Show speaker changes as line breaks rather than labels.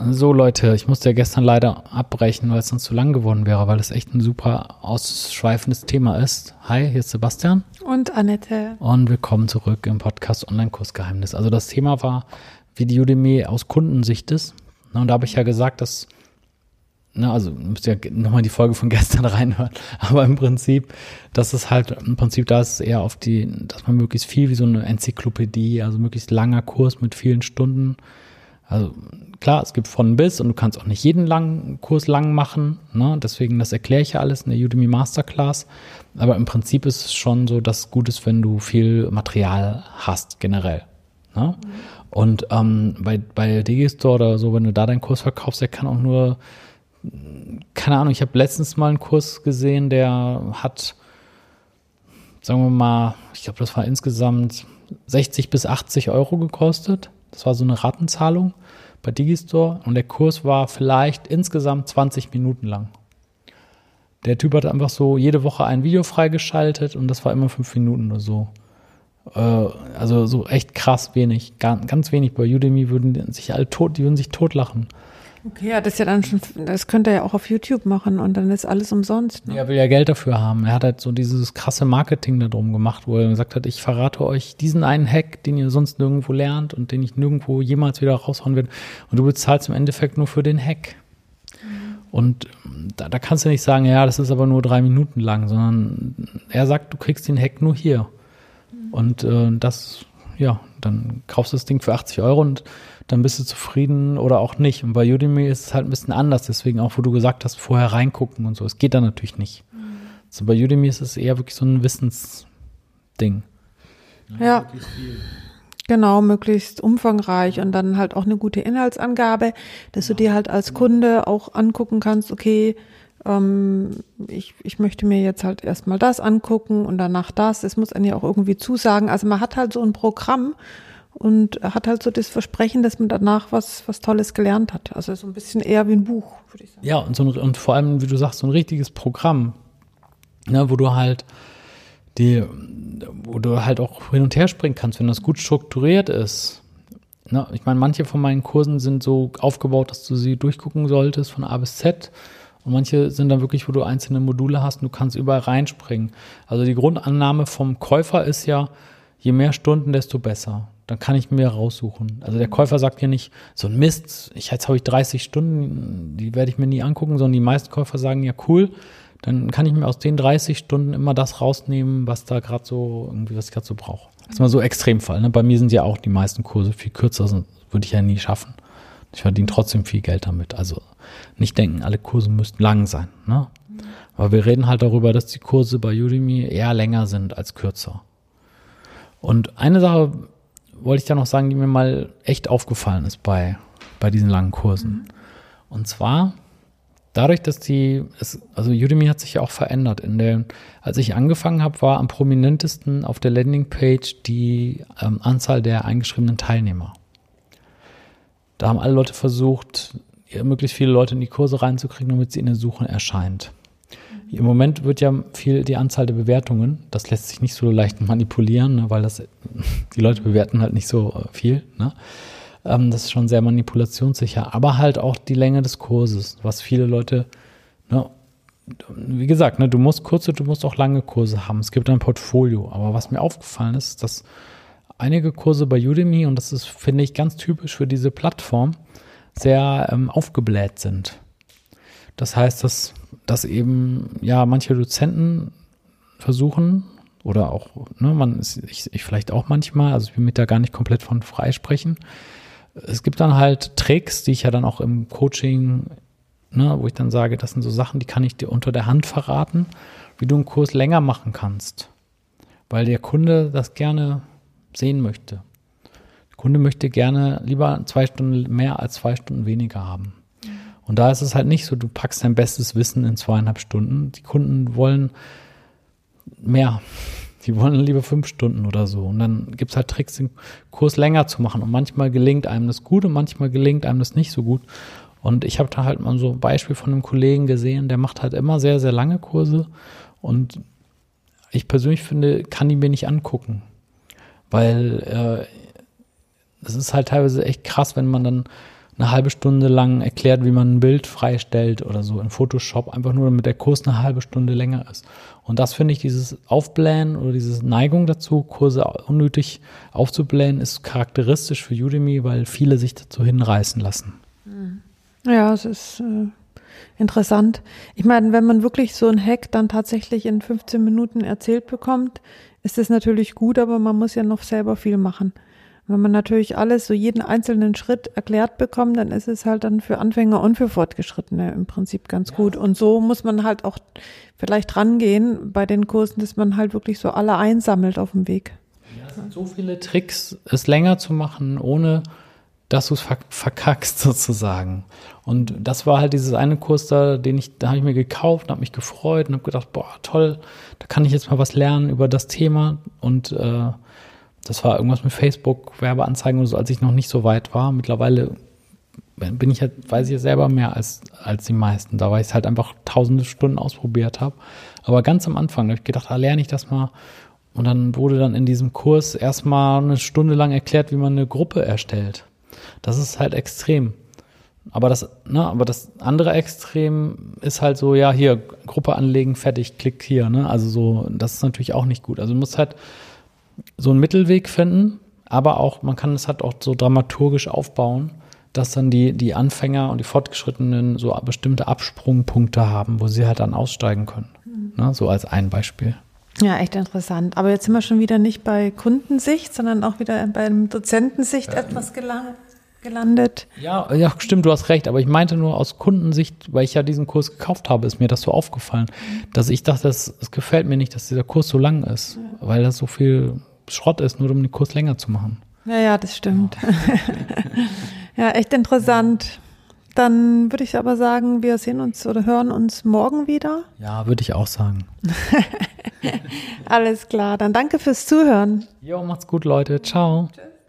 So Leute, ich musste ja gestern leider abbrechen, weil es sonst zu lang geworden wäre, weil es echt ein super ausschweifendes Thema ist. Hi, hier ist Sebastian.
Und Annette.
Und willkommen zurück im Podcast Online-Kursgeheimnis. Also das Thema war, wie die Udemy aus Kundensicht ist. Und da habe ich ja gesagt, dass, also müsst ihr ja nochmal die Folge von gestern reinhören, aber im Prinzip, dass es halt, da ist es eher auf dass man möglichst viel wie so eine Enzyklopädie, also möglichst langer Kurs mit vielen Stunden. Also klar, es gibt von bis und du kannst auch nicht jeden langen Kurs lang machen, ne? Deswegen, das erkläre ich ja alles in der Udemy Masterclass. Aber im Prinzip ist es schon so, dass es gut ist, wenn du viel Material hast, generell. Ne? Und bei Digistore oder so, wenn du da deinen Kurs verkaufst, der kann auch nur, keine Ahnung, ich habe letztens mal einen Kurs gesehen, der hat, sagen wir mal, ich glaube, das war insgesamt 60 bis 80 Euro gekostet. Das war so eine Ratenzahlung bei Digistore und der Kurs war vielleicht insgesamt 20 Minuten lang. Der Typ hat einfach so jede Woche ein Video freigeschaltet und das war immer 5 Minuten oder so. Also so echt krass wenig, ganz wenig. Bei Udemy würden sich totlachen.
Okay, ja, das ist ja dann schon, das könnte er ja auch auf YouTube machen und dann ist alles umsonst. Ne?
Er will ja Geld dafür haben. Er hat halt so dieses krasse Marketing da drum gemacht, wo er gesagt hat, ich verrate euch diesen einen Hack, den ihr sonst nirgendwo lernt und den ich nirgendwo jemals wieder raushauen werde. Und du bezahlst im Endeffekt nur für den Hack. Und da kannst du nicht sagen, ja, das ist aber nur 3 Minuten lang, sondern er sagt, du kriegst den Hack nur hier. Und dann kaufst du das Ding für 80 Euro und dann bist du zufrieden oder auch nicht. Und bei Udemy ist es halt ein bisschen anders. Deswegen auch, wo du gesagt hast, vorher reingucken und so. Es geht da natürlich nicht. Also bei Udemy ist es eher wirklich so ein Wissensding.
Ja, genau, möglichst umfangreich und dann halt auch eine gute Inhaltsangabe, dass du dir halt als Kunde auch angucken kannst, okay, ich möchte mir jetzt halt erstmal das angucken und danach das. Es muss einem ja auch irgendwie zusagen. Also man hat halt so ein Programm und hat halt so das Versprechen, dass man danach was Tolles gelernt hat. Also so ein bisschen eher wie ein Buch, würde ich sagen.
Ja, und vor allem, wie du sagst, so ein richtiges Programm, ne, wo du halt auch hin und her springen kannst, wenn das gut strukturiert ist. Ne, ich meine, manche von meinen Kursen sind so aufgebaut, dass du sie durchgucken solltest von A bis Z. Und manche sind dann wirklich, wo du einzelne Module hast und du kannst überall reinspringen. Also die Grundannahme vom Käufer ist ja, je mehr Stunden, desto besser. Dann kann ich mir raussuchen. Also der Käufer sagt hier nicht, so ein Mist, jetzt habe ich 30 Stunden, die werde ich mir nie angucken, sondern die meisten Käufer sagen, ja cool, dann kann ich mir aus den 30 Stunden immer das rausnehmen, was da gerade so, irgendwie, was ich gerade so brauche. Das ist mal so Extremfall. Ne? Bei mir sind ja auch die meisten Kurse viel kürzer, das würde ich ja nie schaffen. Ich verdiene trotzdem viel Geld damit. Also nicht denken, alle Kurse müssten lang sein. Ne? Aber wir reden halt darüber, dass die Kurse bei Udemy eher länger sind als kürzer. Und eine Sache wollte ich da noch sagen, die mir mal echt aufgefallen ist bei diesen langen Kursen. Und zwar dadurch, dass Udemy hat sich ja auch verändert. Als ich angefangen habe, war am prominentesten auf der Landingpage die Anzahl der eingeschriebenen Teilnehmer. Da haben alle Leute versucht, möglichst viele Leute in die Kurse reinzukriegen, damit sie in der Suche erscheint. Im Moment wird ja viel die Anzahl der Bewertungen, das lässt sich nicht so leicht manipulieren, ne, weil die Leute bewerten halt nicht so viel. Ne? Das ist schon sehr manipulationssicher, aber halt auch die Länge des Kurses, was viele Leute, ne, wie gesagt, ne, du musst kurze, du musst auch lange Kurse haben. Es gibt ein Portfolio, aber was mir aufgefallen ist, dass einige Kurse bei Udemy, und das ist, finde ich, ganz typisch für diese Plattform, sehr aufgebläht sind. Das heißt, dass eben ja manche Dozenten versuchen oder auch, ne, ich vielleicht auch manchmal, also ich will mich da gar nicht komplett von freisprechen. Es gibt dann halt Tricks, die ich ja dann auch im Coaching, ne, wo ich dann sage, das sind so Sachen, die kann ich dir unter der Hand verraten, wie du einen Kurs länger machen kannst. Weil der Kunde das gerne sehen möchte. Der Kunde möchte gerne lieber 2 Stunden mehr als 2 Stunden weniger haben. Und da ist es halt nicht so, du packst dein bestes Wissen in 2,5 Stunden. Die Kunden wollen mehr. Die wollen lieber 5 Stunden oder so. Und dann gibt es halt Tricks, den Kurs länger zu machen. Und manchmal gelingt einem das gut und manchmal gelingt einem das nicht so gut. Und ich habe da halt mal so ein Beispiel von einem Kollegen gesehen, der macht halt immer sehr, sehr lange Kurse. Und ich persönlich finde, kann die mir nicht angucken. Weil es ist halt teilweise echt krass, wenn man dann eine halbe Stunde lang erklärt, wie man ein Bild freistellt oder so in Photoshop, einfach nur damit der Kurs eine halbe Stunde länger ist. Und das finde ich, dieses Aufblähen oder diese Neigung dazu, Kurse unnötig aufzublähen, ist charakteristisch für Udemy, weil viele sich dazu hinreißen lassen.
Ja, es ist interessant. Ich meine, wenn man wirklich so ein Hack dann tatsächlich in 15 Minuten erzählt bekommt, ist das natürlich gut, aber man muss ja noch selber viel machen. Wenn man natürlich alles, so jeden einzelnen Schritt erklärt bekommt, dann ist es halt dann für Anfänger und für Fortgeschrittene im Prinzip ganz gut. Und so muss man halt auch vielleicht rangehen bei den Kursen, dass man halt wirklich so alle einsammelt auf dem Weg.
Ja, es sind so viele Tricks, es länger zu machen, ohne dass du es verkackst sozusagen. Und das war halt dieses eine Kurs da, da habe ich mir gekauft und habe mich gefreut und habe gedacht, boah, toll, da kann ich jetzt mal was lernen über das Thema. Und das war irgendwas mit Facebook, Werbeanzeigen oder so, als ich noch nicht so weit war. Mittlerweile bin ich halt, weiß ich ja selber mehr als die meisten, da weil ich es halt einfach tausende Stunden ausprobiert habe. Aber ganz am Anfang habe ich gedacht, lerne ich das mal. Und dann wurde dann in diesem Kurs erstmal eine Stunde lang erklärt, wie man eine Gruppe erstellt. Das ist halt extrem. Aber das andere Extrem ist halt so, ja, hier, Gruppe anlegen, fertig, klick hier, ne? Also so, das ist natürlich auch nicht gut. Also du musst halt so einen Mittelweg finden, aber auch, man kann es halt auch so dramaturgisch aufbauen, dass dann die Anfänger und die Fortgeschrittenen so bestimmte Absprungpunkte haben, wo sie halt dann aussteigen können. Ne? So als ein Beispiel.
Ja, echt interessant. Aber jetzt sind wir schon wieder nicht bei Kundensicht, sondern auch wieder bei Dozentensicht etwas gelandet.
Ja, stimmt, du hast recht. Aber ich meinte nur aus Kundensicht, weil ich ja diesen Kurs gekauft habe, ist mir das so aufgefallen, dass ich dachte, es gefällt mir nicht, dass dieser Kurs so lang ist, weil das so viel Schrott ist, nur um den Kurs länger zu machen.
Ja, das stimmt. Ja, echt interessant. Dann würde ich aber sagen, wir sehen uns oder hören uns morgen wieder.
Ja, würde ich auch sagen.
Alles klar, dann danke fürs Zuhören.
Jo, macht's gut, Leute. Ciao.
Tschüss.